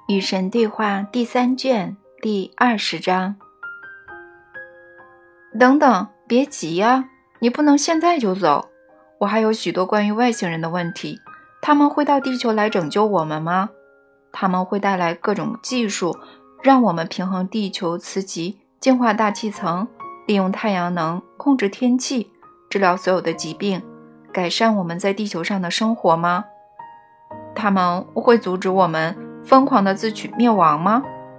与神对话第3卷第20章。等等，别急啊，你不能现在就走。我还有许多关于外星人的问题。他们会到地球来拯救我们吗？他们会带来各种技术，让我们平衡地球磁极，净化大气层，利用太阳能控制天气，治疗所有的疾病，改善我们在地球上的生活吗？他们会阻止我们疯狂的自取灭亡吗？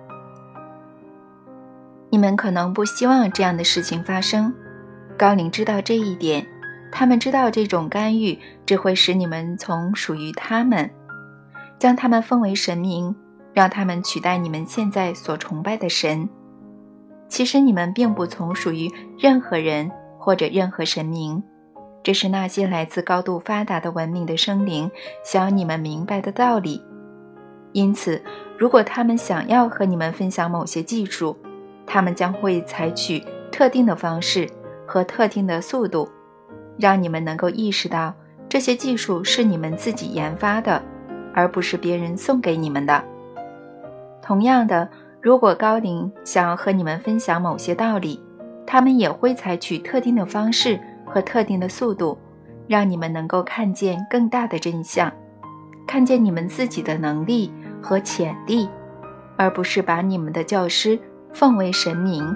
你们可能不希望这样的事情发生，高龄知道这一点，他们知道这种干预只会使你们从属于他们，将他们奉为神明，让他们取代你们现在所崇拜的神。其实你们并不从属于任何人或者任何神明，这是那些来自高度发达的文明的生灵想要你们明白的道理。因此，如果他们想要和你们分享某些技术，他们将会采取特定的方式和特定的速度，让你们能够意识到这些技术是你们自己研发的，而不是别人送给你们的。同样的，如果高龄想要和你们分享某些道理，他们也会采取特定的方式和特定的速度，让你们能够看见更大的真相，看见你们自己的能力和潜力，而不是把你们的教师奉为神明。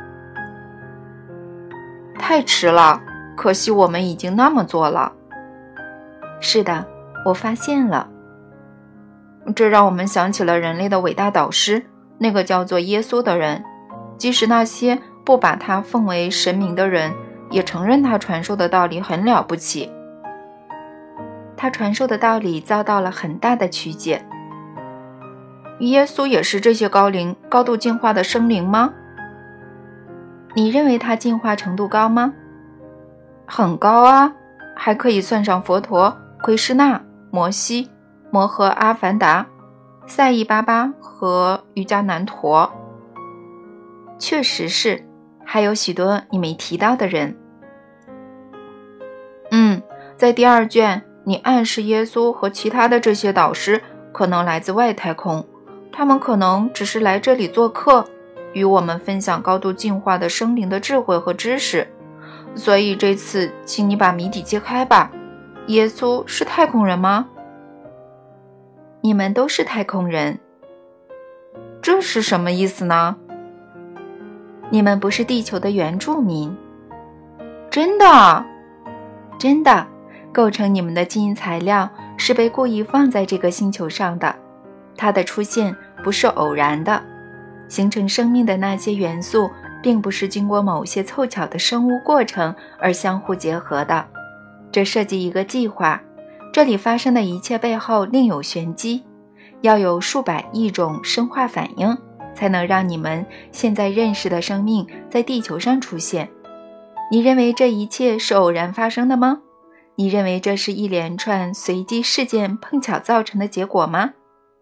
太迟了，可惜我们已经那么做了。是的，我发现了。这让我们想起了人类的伟大导师，那个叫做耶稣的人。即使那些不把他奉为神明的人，也承认他传授的道理很了不起。他传授的道理遭到了很大的曲解。耶稣也是这些高龄、高度进化的生灵吗？你认为他进化程度高吗？很高啊，还可以算上佛陀、奎师那、摩西、摩诃阿凡达、赛义巴巴和瑜伽难陀。确实是，还有许多你没提到的人。在第2卷，你暗示耶稣和其他的这些导师可能来自外太空，他们可能只是来这里做客，与我们分享高度进化的生灵的智慧和知识。所以这次请你把谜底揭开吧。耶稣是太空人吗？你们都是太空人。这是什么意思呢？你们不是地球的原住民。真的？真的，构成你们的基因材料是被故意放在这个星球上的，它的出现不是偶然的，形成生命的那些元素并不是经过某些凑巧的生物过程而相互结合的，这涉及一个计划，这里发生的一切背后另有玄机，要有数百亿种生化反应，才能让你们现在认识的生命在地球上出现。你认为这一切是偶然发生的吗？你认为这是一连串随机事件碰巧造成的结果吗？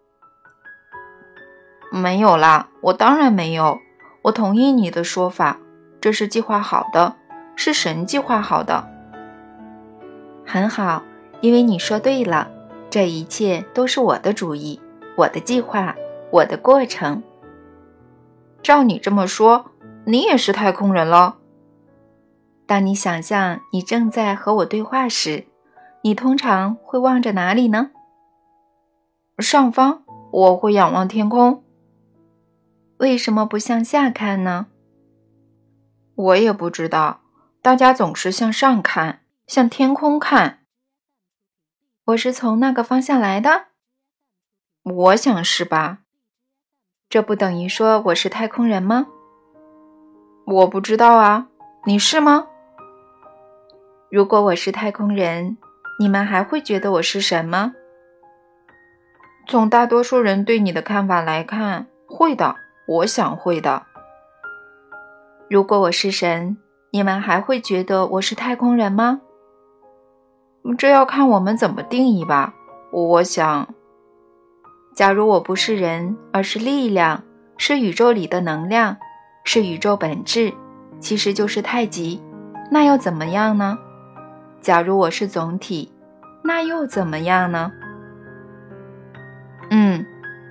没有啦，我当然没有。我同意你的说法，这是计划好的，是神计划好的。很好，因为你说对了，这一切都是我的主意，我的计划，我的过程。照你这么说，你也是太空人了。当你想象你正在和我对话时，你通常会望着哪里呢？上方，我会仰望天空。为什么不向下看呢？我也不知道，大家总是向上看，向天空看。我是从那个方向来的？我想是吧。这不等于说我是太空人吗？我不知道啊，你是吗？如果我是太空人，你们还会觉得我是神吗？从大多数人对你的看法来看，会的，我想会的。如果我是神，你们还会觉得我是太空人吗？这要看我们怎么定义吧。我想，假如我不是人，而是力量，是宇宙里的能量，是宇宙本质，其实就是太极，那又怎么样呢？假如我是总体，那又怎么样呢？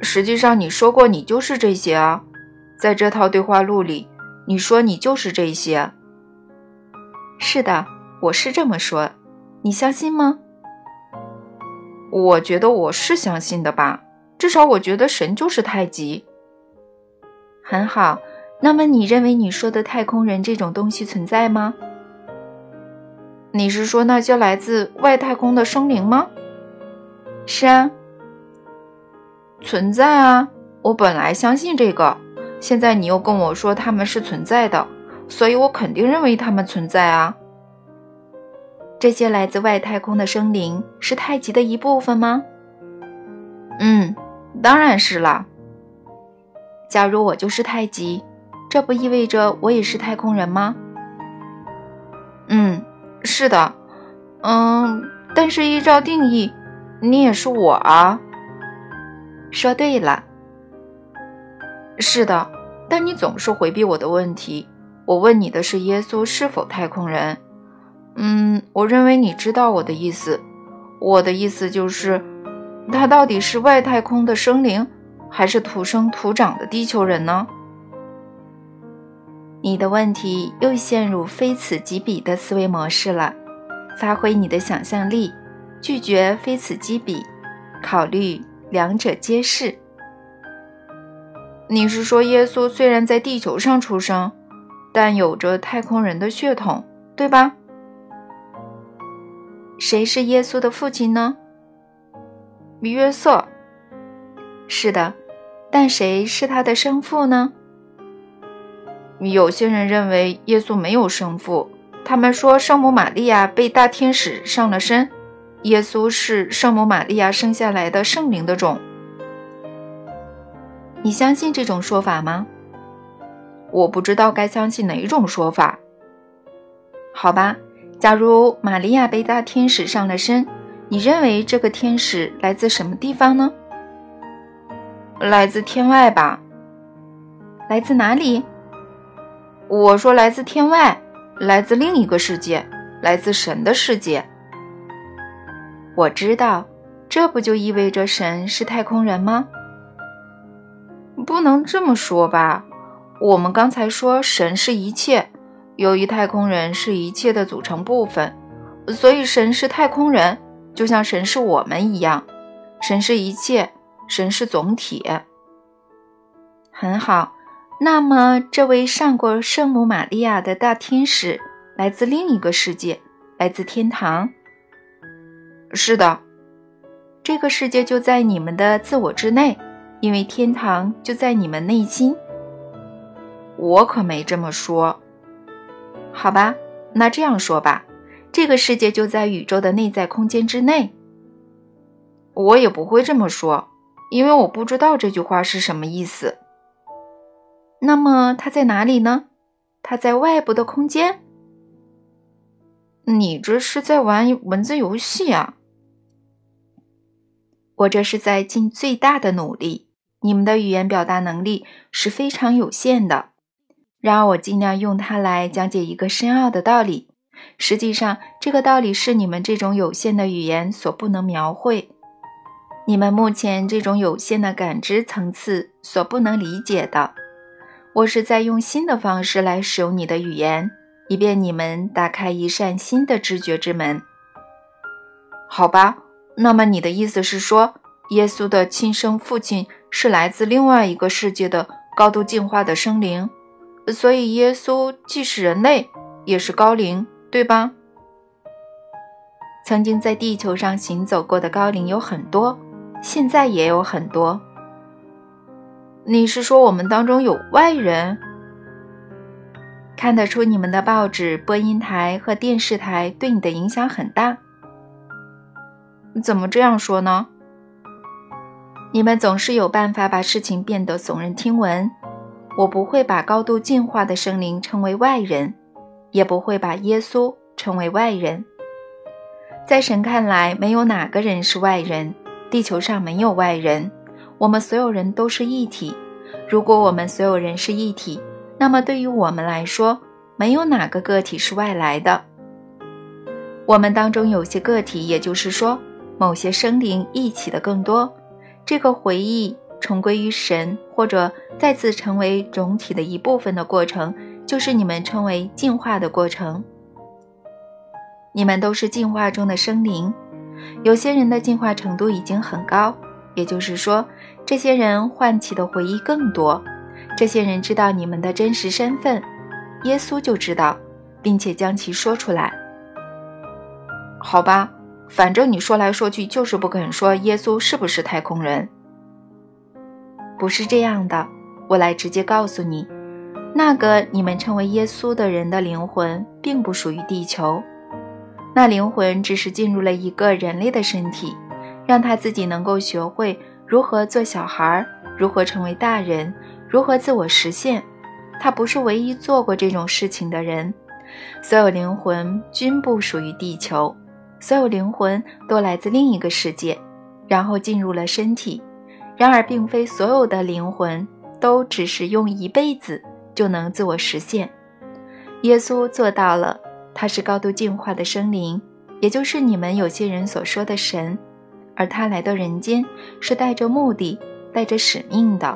实际上你说过你就是这些啊，在这套对话录里，你说你就是这些。 是的，我是这么说，你相信吗？ 我觉得我是相信的吧，至少我觉得神就是太极。 很好，那么你认为你说的太空人这种东西存在吗？ 你是说那些来自外太空的生灵吗？ 是啊。 存在啊，我本来相信这个，现在你又跟我说他们是存在的，所以我肯定认为他们存在啊。 这些来自外太空的生灵是太极的一部分吗？ 当然是啦。 假如我就是太极，这不意味着我也是太空人吗？ 是的。但是依照定义，你也是我啊。 说对了。 是的，但你总是回避我的问题。我问你的是耶稣是否太空人。我认为你知道我的意思。我的意思就是，他到底是外太空的生灵，还是土生土长的地球人呢？ 你的问题又陷入非此即彼的思维模式了。发挥你的想象力，拒绝非此即彼，考虑两者皆是。 你是说耶稣虽然在地球上出生，但有着太空人的血统，对吧？ 谁是耶稣的父亲呢？ 约瑟。 是的，但谁是他的生父呢？ 有些人认为耶稣没有生父，他们说圣母玛利亚被大天使上了身，耶稣是圣母玛利亚生下来的圣灵的种。 你相信这种说法吗？ 我不知道该相信哪种说法。 好吧，假如玛利亚被大天使上了身，你认为这个天使来自什么地方呢？ 来自天外吧。 来自哪里？ 我说来自天外，来自另一个世界，来自神的世界。 我知道，这不就意味着神是太空人吗？ 不能这么说吧，我们刚才说神是一切，由于太空人是一切的组成部分，所以神是太空人，就像神是我们一样。神是一切，神是总体。 很好，那么这位上过圣母玛利亚的大天使来自另一个世界，来自天堂。 是的。 这个世界就在你们的自我之内，因为天堂就在你们内心。 我可没这么说。 好吧，那这样说吧，这个世界就在宇宙的内在空间之内。 我也不会这么说，因为我不知道这句话是什么意思。 那么它在哪里呢？它在外部的空间？ 你这是在玩文字游戏啊。 我这是在尽最大的努力，你们的语言表达能力是非常有限的。然而我尽量用它来讲解一个深奥的道理。实际上，这个道理是你们这种有限的语言所不能描绘，你们目前这种有限的感知层次所不能理解的。我是在用新的方式来使用你的语言，以便你们打开一扇新的知觉之门。 好吧，那么你的意思是说，耶稣的亲生父亲是来自另外一个世界的高度进化的生灵，所以耶稣既是人类，也是高灵，对吧？ 曾经在地球上行走过的高灵有很多，现在也有很多。 你是说我们当中有外人？ 看得出你们的报纸、播音台和电视台对你的影响很大。 怎么这样说呢？ 你们总是有办法把事情变得耸人听闻。我不会把高度进化的生灵称为外人，也不会把耶稣称为外人。在神看来，没有哪个人是外人，地球上没有外人，我们所有人都是一体。如果我们所有人是一体，那么对于我们来说，没有哪个个体是外来的。我们当中有些个体，也就是说某些生灵一起的更多，这个回忆重归于神，或者再次成为总体的一部分的过程，就是你们称为进化的过程。你们都是进化中的生灵，有些人的进化程度已经很高，也就是说，这些人唤起的回忆更多，这些人知道你们的真实身份，耶稣就知道，并且将其说出来。好吧，反正你说来说去就是不肯说耶稣是不是太空人。不是这样的，我来直接告诉你，那个你们称为耶稣的人的灵魂并不属于地球，那灵魂只是进入了一个人类的身体，让他自己能够学会如何做小孩，如何成为大人，如何自我实现。他不是唯一做过这种事情的人。所有灵魂均不属于地球，所有灵魂都来自另一个世界，然后进入了身体。然而并非所有的灵魂都只是用一辈子就能自我实现。耶稣做到了，他是高度进化的生灵，也就是你们有些人所说的神，而他来到人间是带着目的，带着使命的。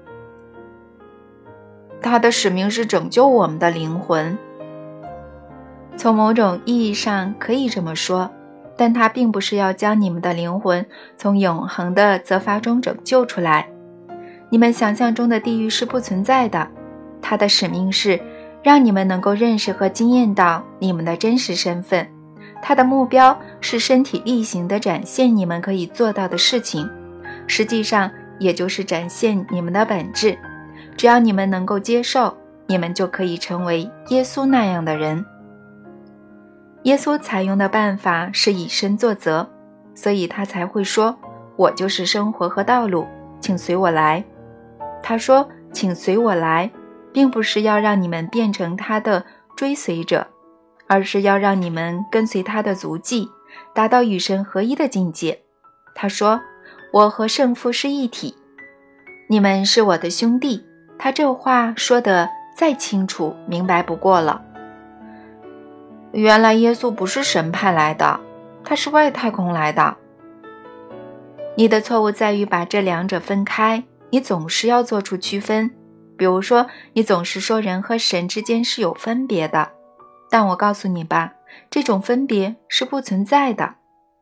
他的使命是拯救我们的灵魂。从某种意义上可以这么说，但他并不是要将你们的灵魂从永恒的责罚中拯救出来。你们想象中的地狱是不存在的，他的使命是让你们能够认识和经验到你们的真实身份。他的目标是身体力行地展现你们可以做到的事情，实际上也就是展现你们的本质。只要你们能够接受，你们就可以成为耶稣那样的人。耶稣采用的办法是以身作则，所以他才会说，我就是生活和道路，请随我来。他说请随我来，并不是要让你们变成他的追随者，而是要让你们跟随他的足迹，达到与神合一的境界。他说我和圣父是一体，你们是我的兄弟。他这话说得再清楚明白不过了。原来耶稣不是神派来的，他是外太空来的。你的错误在于把这两者分开，你总是要做出区分。比如说，你总是说人和神之间是有分别的，但我告诉你吧，这种分别是不存在的。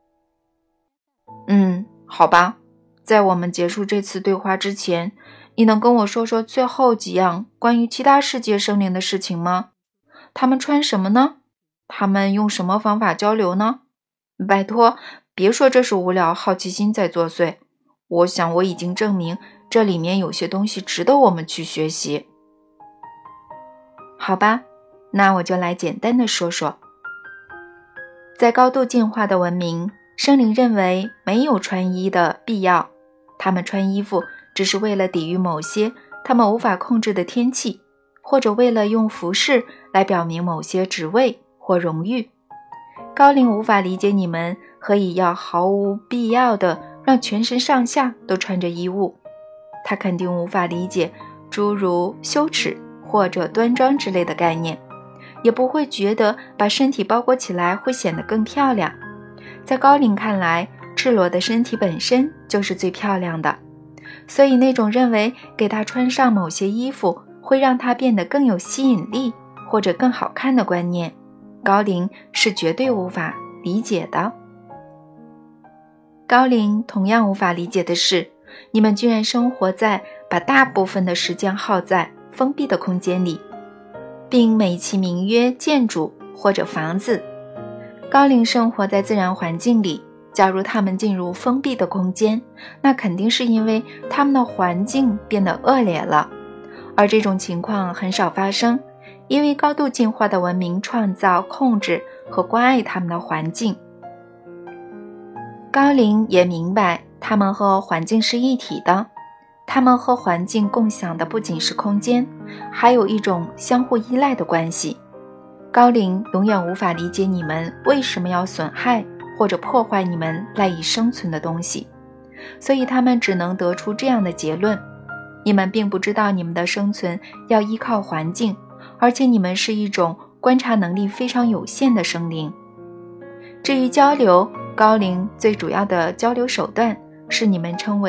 好吧，在我们结束这次对话之前，你能跟我说说最后几样关于其他世界生灵的事情吗？他们穿什么呢？他们用什么方法交流呢？拜托，别说这是无聊好奇心在作祟。我想我已经证明这里面有些东西值得我们去学习。好吧，那我就来简单的说说。在高度进化的文明，生灵认为没有穿衣的必要，他们穿衣服只是为了抵御某些他们无法控制的天气，或者为了用服饰来表明某些职位或荣誉。高龄无法理解你们何以要毫无必要的让全身上下都穿着衣物，他肯定无法理解诸如羞耻或者端庄之类的概念，也不会觉得把身体包裹起来会显得更漂亮。在高龄看来，赤裸的身体本身就是最漂亮的，所以那种认为给他穿上某些衣服会让他变得更有吸引力或者更好看的观念，高龄是绝对无法理解的。高龄同样无法理解的是，你们居然生活在把大部分的时间耗在封闭的空间里，并美其名曰建筑或者房子。高龄生活在自然环境里，假如他们进入封闭的空间，那肯定是因为他们的环境变得恶劣了，而这种情况很少发生，因为高度进化的文明创造、控制和关爱他们的环境。高龄也明白他们和环境是一体的，他们和环境共享的不仅是空间，还有一种相互依赖的关系。高龄永远无法理解你们为什么要损害或者破坏你们赖以生存的东西，所以他们只能得出这样的结论：你们并不知道你们的生存要依靠环境，而且你们是一种观察能力非常有限的生灵。至于交流，高龄最主要的交流手段是你们称为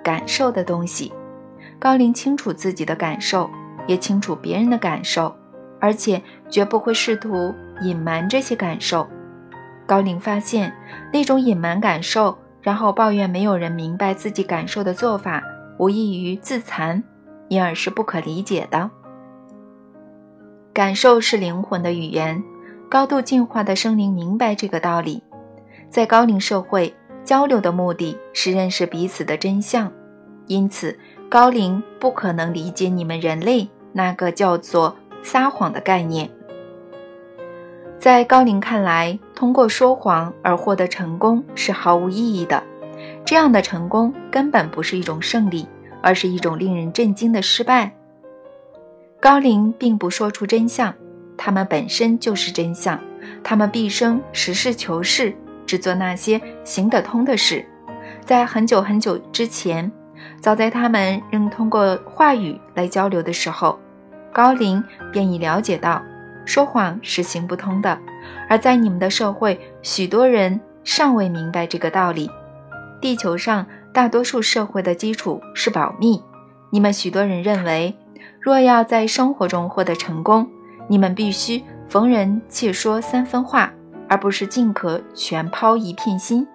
感受的东西。高龄清楚自己的感受，也清楚别人的感受，而且绝不会试图隐瞒这些感受。高龄发现，那种隐瞒感受，然后抱怨没有人明白自己感受的做法，无异于自残，因而是不可理解的。感受是灵魂的语言，高度进化的生灵明白这个道理。在高龄社会，交流的目的是认识彼此的真相，因此高龄不可能理解你们人类那个叫做撒谎的概念。在高龄看来，通过说谎而获得成功是毫无意义的，这样的成功根本不是一种胜利，而是一种令人震惊的失败。高龄并不说出真相，他们本身就是真相，他们毕生实事求是，只做那些行得通的事。在很久很久之前，早在他们仍通过话语来交流的时候，高龄便已了解到说谎是行不通的。而在你们的社会，许多人尚未明白这个道理。地球上大多数社会的基础是保密，你们许多人认为，若要在生活中获得成功，你们必须逢人切说3分话，而不是尽可全抛一片心。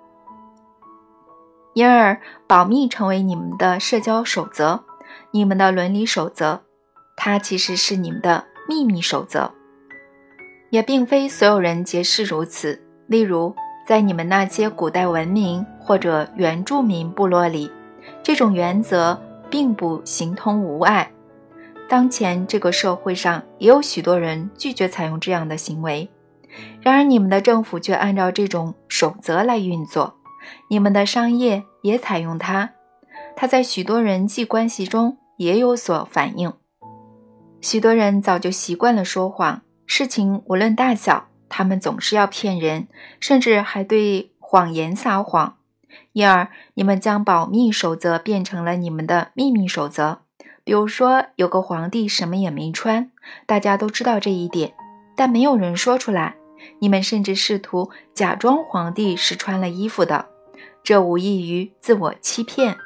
因而保密成为你们的社交守则，你们的伦理守则，它其实是你们的秘密守则。也并非所有人皆是如此，例如在你们那些古代文明或者原住民部落里，这种原则并不形同无碍。当前这个社会上也有许多人拒绝采用这样的行为，然而你们的政府却按照这种守则来运作，你们的商业也采用它，它在许多人际关系中也有所反映。许多人早就习惯了说谎，事情无论大小，他们总是要骗人，甚至还对谎言撒谎。因而你们将保密守则变成了你们的秘密守则。比如说，有个皇帝什么也没穿，大家都知道这一点，但没有人说出来。你们甚至试图假装皇帝是穿了衣服的，这无异于自我欺骗。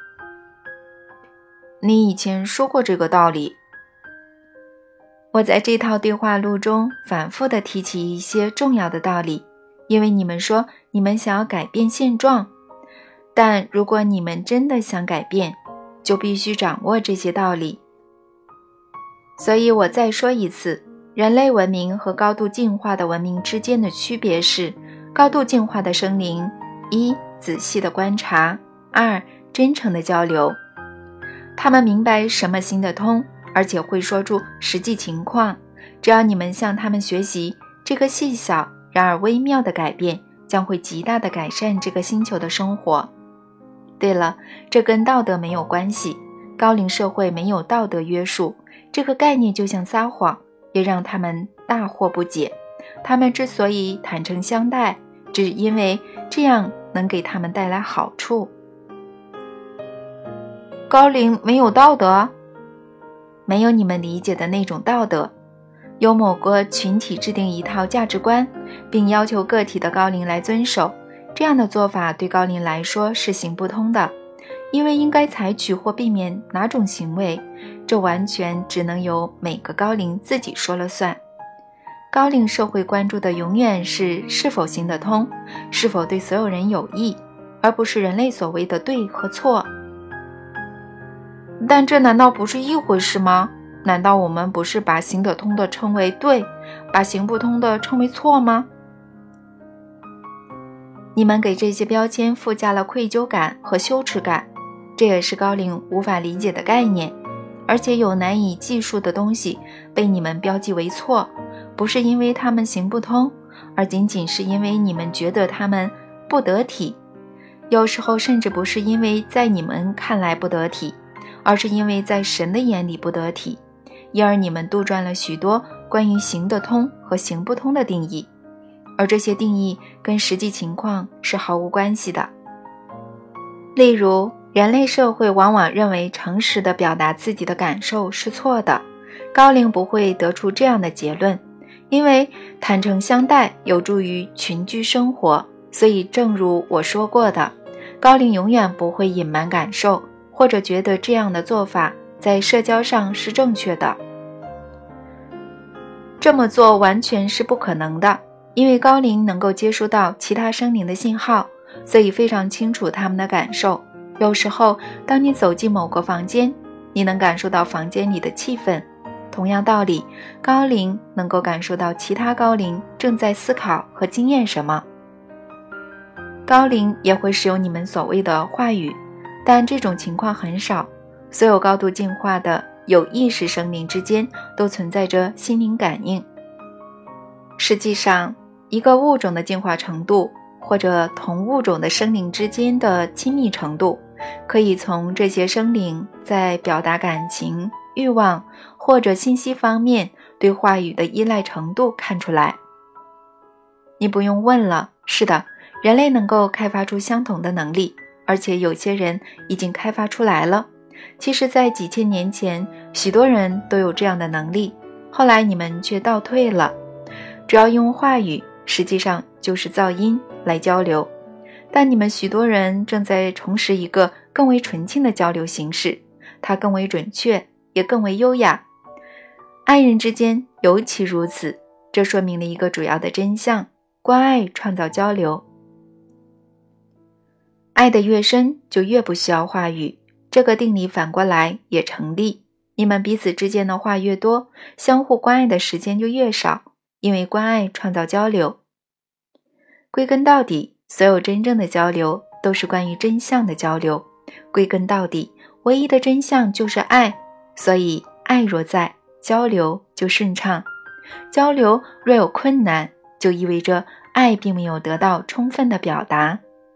你以前说过这个道理。我在这套对话录中反复地提起一些重要的道理，因为你们说你们想要改变现状，但如果你们真的想改变，就必须掌握这些道理。所以我再说一次，人类文明和高度进化的文明之间的区别是，高度进化的生灵：1. 仔细的观察， 2. 真诚的交流。他们明白什么行得通，而且会说出实际情况。只要你们向他们学习，这个细小然而微妙的改变将会极大地改善这个星球的生活。对了，这跟道德没有关系，高龄社会没有道德约束，这个概念就像撒谎，也让他们大惑不解。他们之所以坦诚相待，只因为这样能给他们带来好处。高龄没有道德？没有你们理解的那种道德。由某个群体制定一套价值观，并要求个体的高龄来遵守，这样的做法对高龄来说是行不通的，因为应该采取或避免哪种行为，这完全只能由每个高龄自己说了算。高龄社会关注的永远是是否行得通，是否对所有人有益，而不是人类所谓的对和错。但这难道不是一回事吗？难道我们不是把行得通的称为对，把行不通的称为错吗？你们给这些标签附加了愧疚感和羞耻感，这也是高龄无法理解的概念。而且有难以计数的东西被你们标记为错，不是因为它们行不通，而仅仅是因为你们觉得它们不得体。有时候甚至不是因为在你们看来不得体，而是因为在神的眼里不得体，因而你们杜撰了许多关于行得通和行不通的定义，而这些定义跟实际情况是毫无关系的。例如，人类社会往往认为诚实地表达自己的感受是错的，高龄不会得出这样的结论，因为坦诚相待有助于群居生活，所以正如我说过的，高龄永远不会隐瞒感受， 或者觉得这样的做法在社交上是正确的。这么做完全是不可能的，因为高灵能够接收到其他生灵的信号，所以非常清楚他们的感受。有时候当你走进某个房间，你能感受到房间里的气氛，同样道理，高灵能够感受到其他高灵正在思考和经验什么。高灵也会使用你们所谓的话语，但这种情况很少。所有高度进化的有意识生灵之间都存在着心灵感应。实际上，一个物种的进化程度，或者同物种的生灵之间的亲密程度，可以从这些生灵在表达感情、欲望或者信息方面对话语的依赖程度看出来。你不用问了，是的，人类能够开发出相同的能力，而且有些人已经开发出来了。其实在几千年前，许多人都有这样的能力，后来你们却倒退了。只要用话语，实际上就是噪音来交流，但你们许多人正在重拾一个更为纯净的交流形式，它更为准确，也更为优雅。爱人之间尤其如此，这说明了一个主要的真相：关爱创造交流。爱得越深，就越不需要话语。这个定理反过来也成立，你们彼此之间的话越多，相互关爱的时间就越少，因为关爱创造交流。归根到底，所有真正的交流都是关于真相的交流。归根到底，唯一的真相就是爱，所以爱若在，交流就顺畅。交流若有困难，就意味着爱并没有得到充分的表达。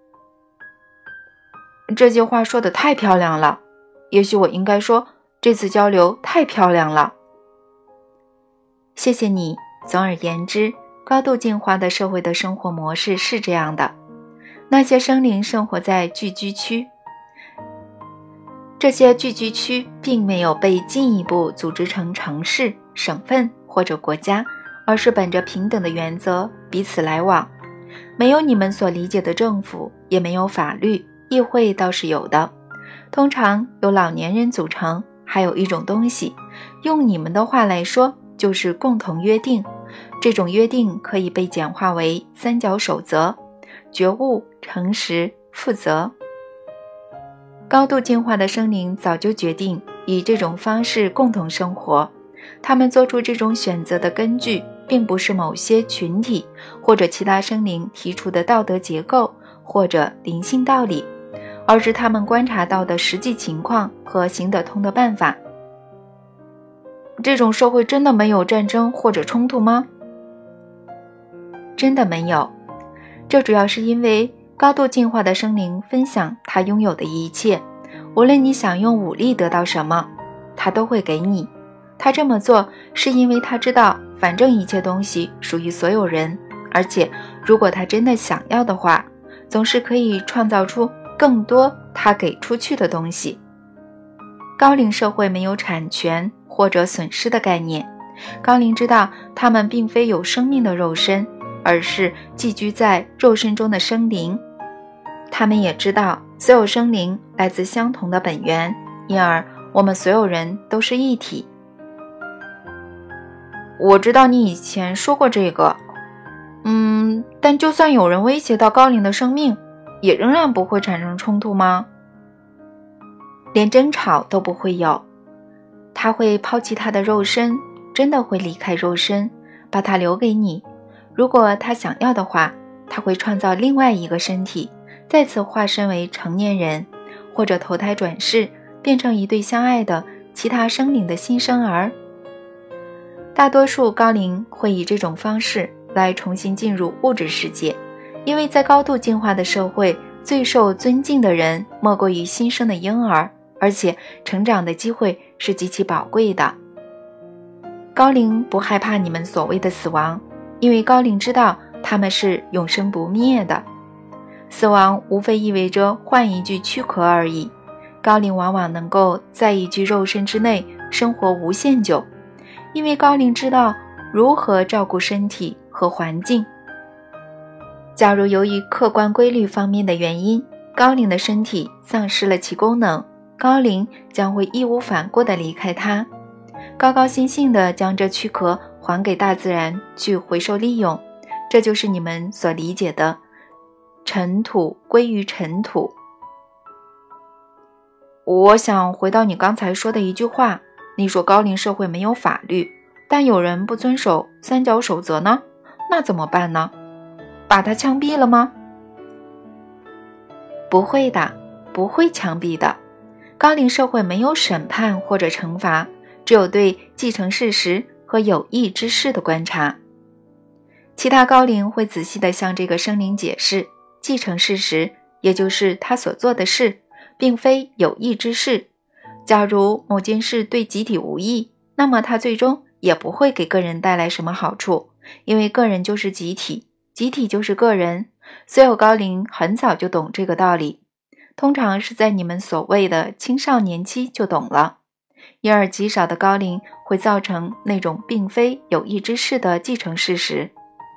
这句话说得太漂亮了，也许我应该说，这次交流太漂亮了。谢谢你。总而言之，高度进化的社会的生活模式是这样的。那些生灵生活在聚居区，这些聚居区并没有被进一步组织成城市、省份或者国家，而是本着平等的原则彼此来往。没有你们所理解的政府，也没有法律，议会倒是有的，通常由老年人组成。还有一种东西，用你们的话来说，就是共同约定。这种约定可以被简化为三角守则：觉悟、诚实、负责。高度进化的生灵早就决定以这种方式共同生活，他们做出这种选择的根据并不是某些群体或者其他生灵提出的道德结构或者灵性道理，而是他们观察到的实际情况和行得通的办法。这种社会真的没有战争或者冲突吗？真的没有。这主要是因为高度进化的生灵分享他拥有的一切，无论你想用武力得到什么，他都会给你。他这么做是因为他知道反正一切东西属于所有人，而且如果他真的想要的话，总是可以创造出更多他给出去的东西。高龄社会没有产权或者损失的概念，高龄知道他们并非有生命的肉身，而是寄居在肉身中的生灵。他们也知道所有生灵来自相同的本源，因而我们所有人都是一体。我知道你以前说过这个，但就算有人威胁到高龄的生命，也仍然不会产生冲突吗？连争吵都不会有。他会抛弃他的肉身，真的会离开肉身，把它留给你。如果他想要的话，他会创造另外一个身体，再次化身为成年人，或者投胎转世，变成一对相爱的其他生灵的新生儿。大多数高龄会以这种方式来重新进入物质世界，因为在高度进化的社会，最受尊敬的人莫过于新生的婴儿，而且成长的机会是极其宝贵的。高龄不害怕你们所谓的死亡，因为高龄知道他们是永生不灭的。死亡无非意味着换一具躯壳而已。高龄往往能够在一具肉身之内生活无限久，因为高龄知道如何照顾身体和环境。假如由于客观规律方面的原因，高龄的身体丧失了其功能， 高龄将会义无反顾地离开它，高高兴兴地将这躯壳还给大自然去回收利用。这就是你们所理解的尘土归于尘土。 我想回到你刚才说的一句话，你说高龄社会没有法律，但有人不遵守三角守则呢？那怎么办呢？把他枪毙了吗？ 不会的，不会枪毙的。高龄社会没有审判或者惩罚，只有对继承事实和有益之事的观察。其他高龄会仔细地向这个生灵解释，继承事实，也就是他所做的事，并非有益之事。假如某件事对集体无益，那么它最终也不会给个人带来什么好处，因为个人就是集体，集体就是个人。所有高龄很早就懂这个道理，通常是在你们所谓的青少年期就懂了。因而极少的高龄会造成那种并非有益之事的继承事实。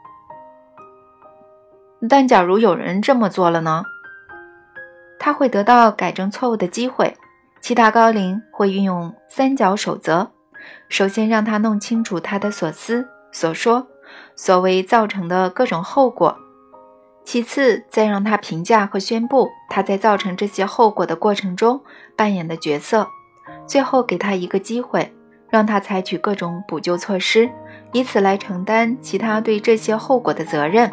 但假如有人这么做了呢？ 他会得到改正错误的机会。其他高龄会运用三角守则，首先让他弄清楚他的所思所说所为造成的各种后果，其次再让他评价和宣布他在造成这些后果的过程中扮演的角色，最后给他一个机会，让他采取各种补救措施，以此来承担其他对这些后果的责任。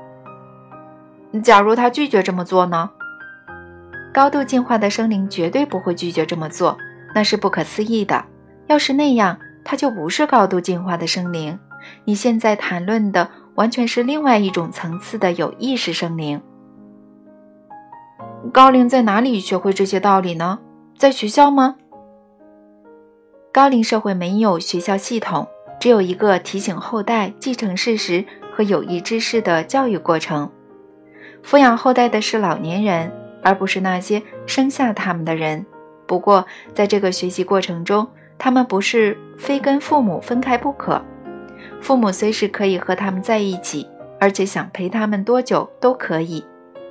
假如他拒绝这么做呢？ 高度进化的生灵绝对不会拒绝这么做，那是不可思议的。要是那样，他就不是高度进化的生灵。你现在谈论的完全是另外一种层次的有意识生灵。 高龄在哪里学会这些道理呢？在学校吗？ 高龄社会没有学校系统，只有一个提醒后代继承事实和有益知识的教育过程。抚养后代的是老年人，而不是那些生下他们的人。不过在这个学习过程中，他们不是非跟父母分开不可，父母随时可以和他们在一起，而且想陪他们多久都可以。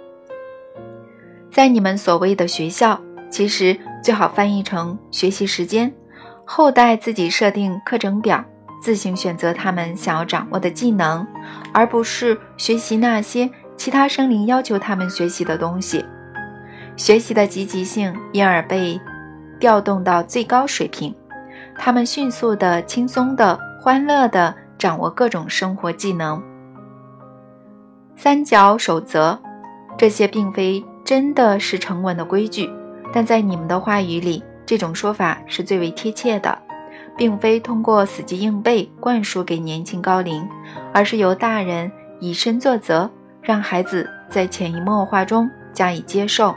在你们所谓的学校，其实最好翻译成学习时间，后代自己设定课程表，自行选择他们想要掌握的技能，而不是学习那些其他生灵要求他们学习的东西。学习的积极性因而被调动到最高水平，他们迅速的、轻松的、欢乐的掌握各种生活技能。三角守则，这些并非真的是成文的规矩，但在你们的话语里，这种说法是最为贴切的，并非通过死记硬背灌输给年轻高龄，而是由大人以身作则，让孩子在潜移默化中加以接受。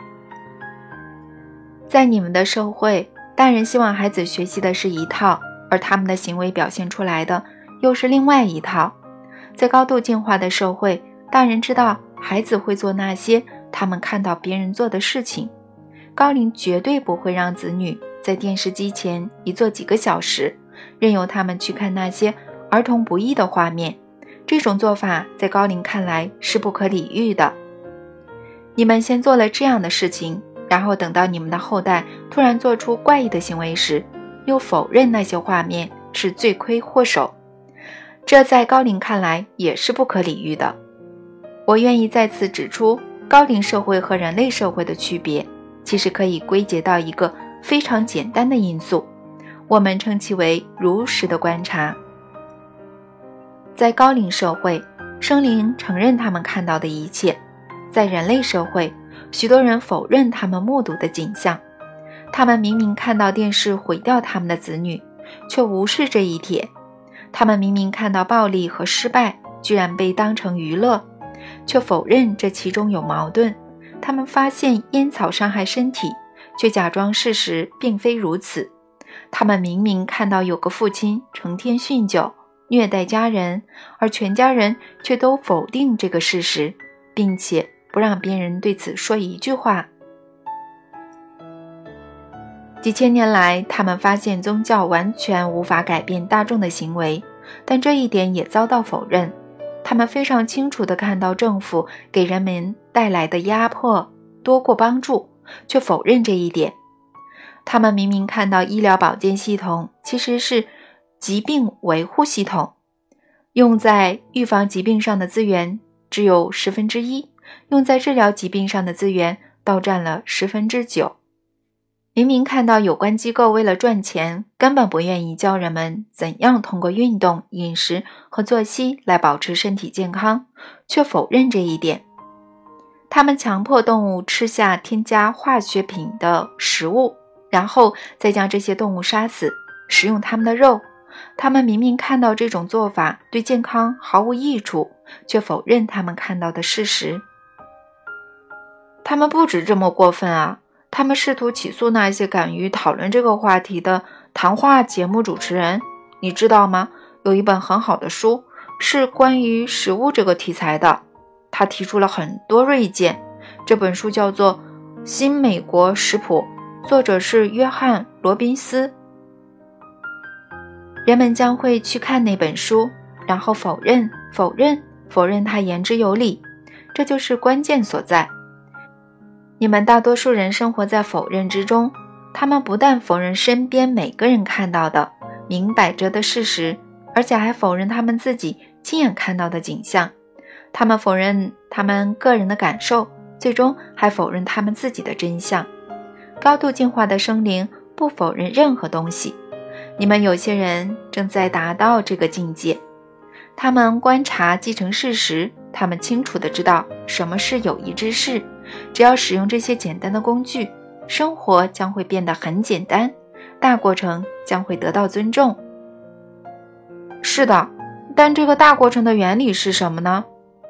在你们的社会，大人希望孩子学习的是一套，而他们的行为表现出来的又是另外一套。在高度进化的社会，大人知道孩子会做那些他们看到别人做的事情。高龄绝对不会让子女在电视机前一坐几个小时，任由他们去看那些儿童不宜的画面。这种做法在高龄看来是不可理喻的。你们先做了这样的事情，然后等到你们的后代突然做出怪异的行为时，又否认那些画面是罪魁祸首，这在高龄看来也是不可理喻的。我愿意再次指出，高龄社会和人类社会的区别，其实可以归结到一个非常简单的因素，我们称其为如实的观察。在高龄社会，生灵承认他们看到的一切；在人类社会，许多人否认他们目睹的景象。他们明明看到电视毁掉他们的子女，却无视这一点；他们明明看到暴力和失败，居然被当成娱乐，却否认这其中有矛盾。他们发现烟草伤害身体，却假装事实并非如此。他们明明看到有个父亲成天酗酒虐待家人，而全家人却都否定这个事实，并且不让别人对此说一句话。几千年来，他们发现宗教完全无法改变大众的行为，但这一点也遭到否认。他们非常清楚地看到政府给人们带来的压迫多过帮助，却否认这一点。 他们明明看到医疗保健系统其实是疾病维护系统，用在预防疾病上的资源只有1/10，用在治疗疾病上的资源倒占了9%。明明看到有关机构为了赚钱，根本不愿意教人们怎样通过运动、饮食和作息来保持身体健康，却否认这一点。他们强迫动物吃下添加化学品的食物，然后再将这些动物杀死，食用它们的肉。他们明明看到这种做法对健康毫无益处，却否认他们看到的事实。他们不止这么过分啊！他们试图起诉那些敢于讨论这个话题的谈话节目主持人。你知道吗？有一本很好的书是关于食物这个题材的，他提出了很多锐见。这本书叫做《新美国食谱》，作者是约翰·罗宾斯。人们将会去看那本书，然后否认它言之有理。这就是关键所在。你们大多数人生活在否认之中，他们不但否认身边每个人看到的明摆着的事实，而且还否认他们自己亲眼看到的景象。他们否认他们个人的感受，最终还否认他们自己的真相。高度进化的生灵不否认任何东西。你们有些人正在达到这个境界。他们观察既成事实，他们清楚地知道什么是有益之事。只要使用这些简单的工具，生活将会变得很简单，大过程将会得到尊重。是的，但这个大过程的原理是什么呢？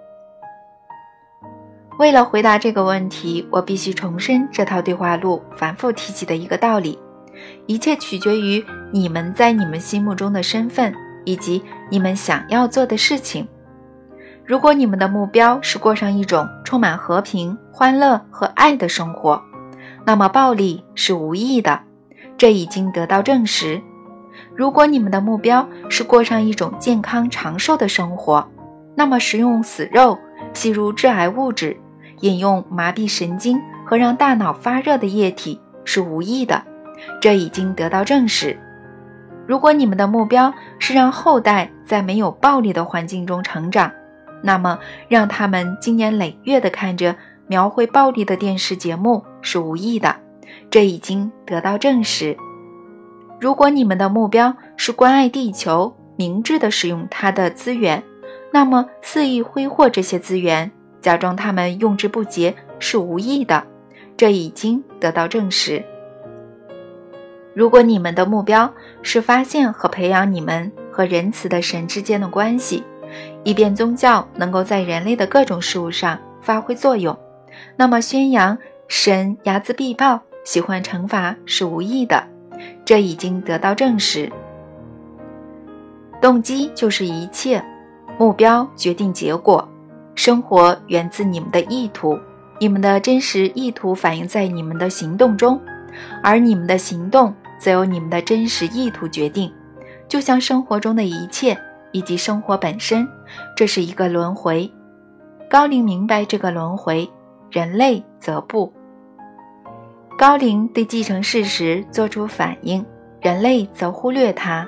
为了回答这个问题，我必须重申这套对话录反复提起的一个道理：一切取决于你们在你们心目中的身份，以及你们想要做的事情。如果你们的目标是过上一种充满和平、欢乐和爱的生活，那么暴力是无益的，这已经得到证实。如果你们的目标是过上一种健康长寿的生活，那么食用死肉、吸入致癌物质、饮用麻痹神经和让大脑发热的液体是无益的，这已经得到证实。如果你们的目标是让后代在没有暴力的环境中成长，那么让他们经年累月地看着描绘暴力的电视节目是无益的，这已经得到证实。如果你们的目标是关爱地球，明智地使用它的资源，那么肆意挥霍这些资源，假装他们用之不竭是无益的，这已经得到证实。如果你们的目标是发现和培养你们和仁慈的神之间的关系，以便宗教能够在人类的各种事物上发挥作用，那么宣扬神睚眦必报、喜欢惩罚是无益的，这已经得到证实。动机就是一切，目标决定结果，生活源自你们的意图，你们的真实意图反映在你们的行动中，而你们的行动则由你们的真实意图决定。就像生活中的一切以及生活本身，这是一个轮回。高龄明白这个轮回，人类则不。高龄对继承事实做出反应，人类则忽略它。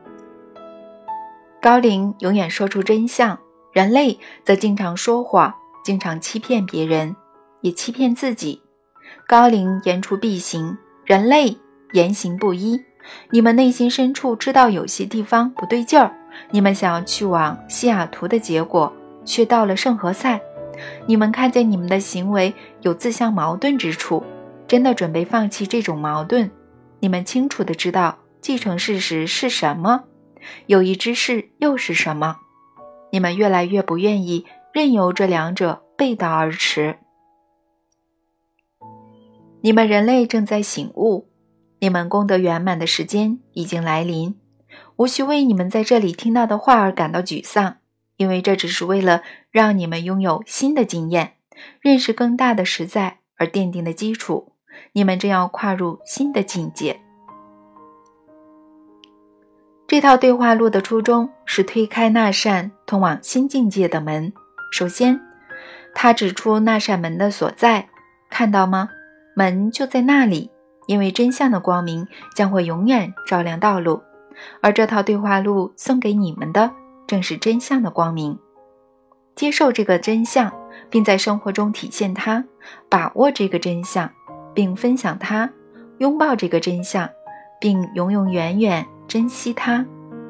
高龄永远说出真相，人类则经常说谎，经常欺骗别人，也欺骗自己。高龄言出必行，人类言行不一。你们内心深处知道有些地方不对劲儿，你们想要去往西雅图的结果却到了圣何塞。你们看见你们的行为有自相矛盾之处，真的准备放弃这种矛盾。你们清楚地知道继承事实是什么，有益之事又是什么。你们越来越不愿意任由这两者背道而驰。你们人类正在醒悟，你们功德圆满的时间已经来临。无需为你们在这里听到的话而感到沮丧，因为这只是为了让你们拥有新的经验，认识更大的实在而奠定的基础。你们正要跨入新的境界。这套对话录的初衷是推开那扇通往新境界的门。首先，他指出那扇门的所在，看到吗？门就在那里， 因为真相的光明将会永远照亮道路，而这套对话录送给你们的正是真相的光明。接受这个真相，并在生活中体现它，把握这个真相，并分享它，拥抱这个真相，并永永远远珍惜它。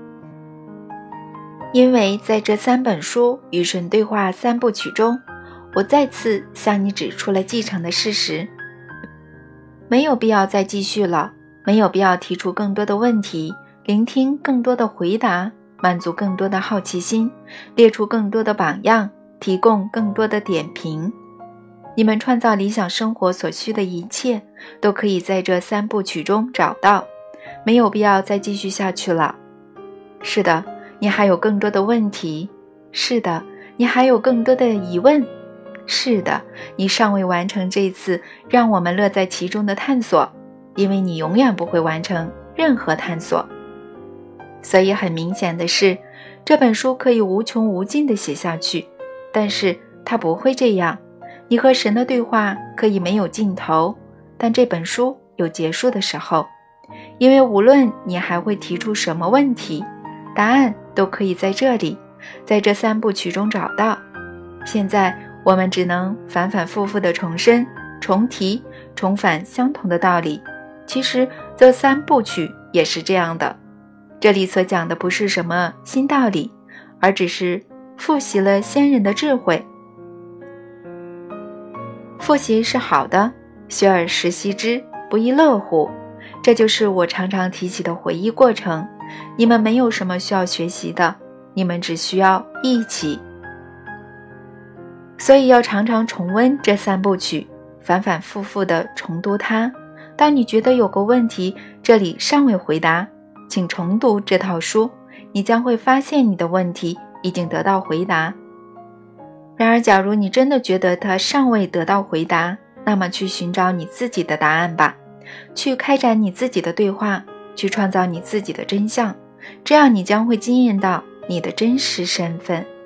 因为在这3本书与神对话3部曲中，我再次向你指出了继承的事实。没有必要再继续了，没有必要提出更多的问题，聆听更多的回答，满足更多的好奇心，列出更多的榜样，提供更多的点评。你们创造理想生活所需的一切，都可以在这3部曲中找到，没有必要再继续下去了。是的，你还有更多的问题。是的，你还有更多的疑问。是的，你尚未完成这次让我们乐在其中的探索，因为你永远不会完成任何探索。所以很明显的是，这本书可以无穷无尽地写下去，但是它不会这样。你和神的对话可以没有尽头，但这本书有结束的时候，因为无论你还会提出什么问题，答案都可以在这里，在这3部曲中找到。现在我们只能反反复复地重申、重提、重返相同的道理。其实这3部曲也是这样的。这里所讲的不是什么新道理，而只是复习了先人的智慧。复习是好的，学而时习之，不亦乐乎。这就是我常常提起的回忆过程。你们没有什么需要学习的，你们只需要一起。所以要常常重温这3部曲，反反复复地重读它。当你觉得有个问题这里尚未回答，请重读这套书，你将会发现你的问题已经得到回答。然而假如你真的觉得它尚未得到回答，那么去寻找你自己的答案吧，去开展你自己的对话，去创造你自己的真相，这样你将会惊艳到你的真实身份。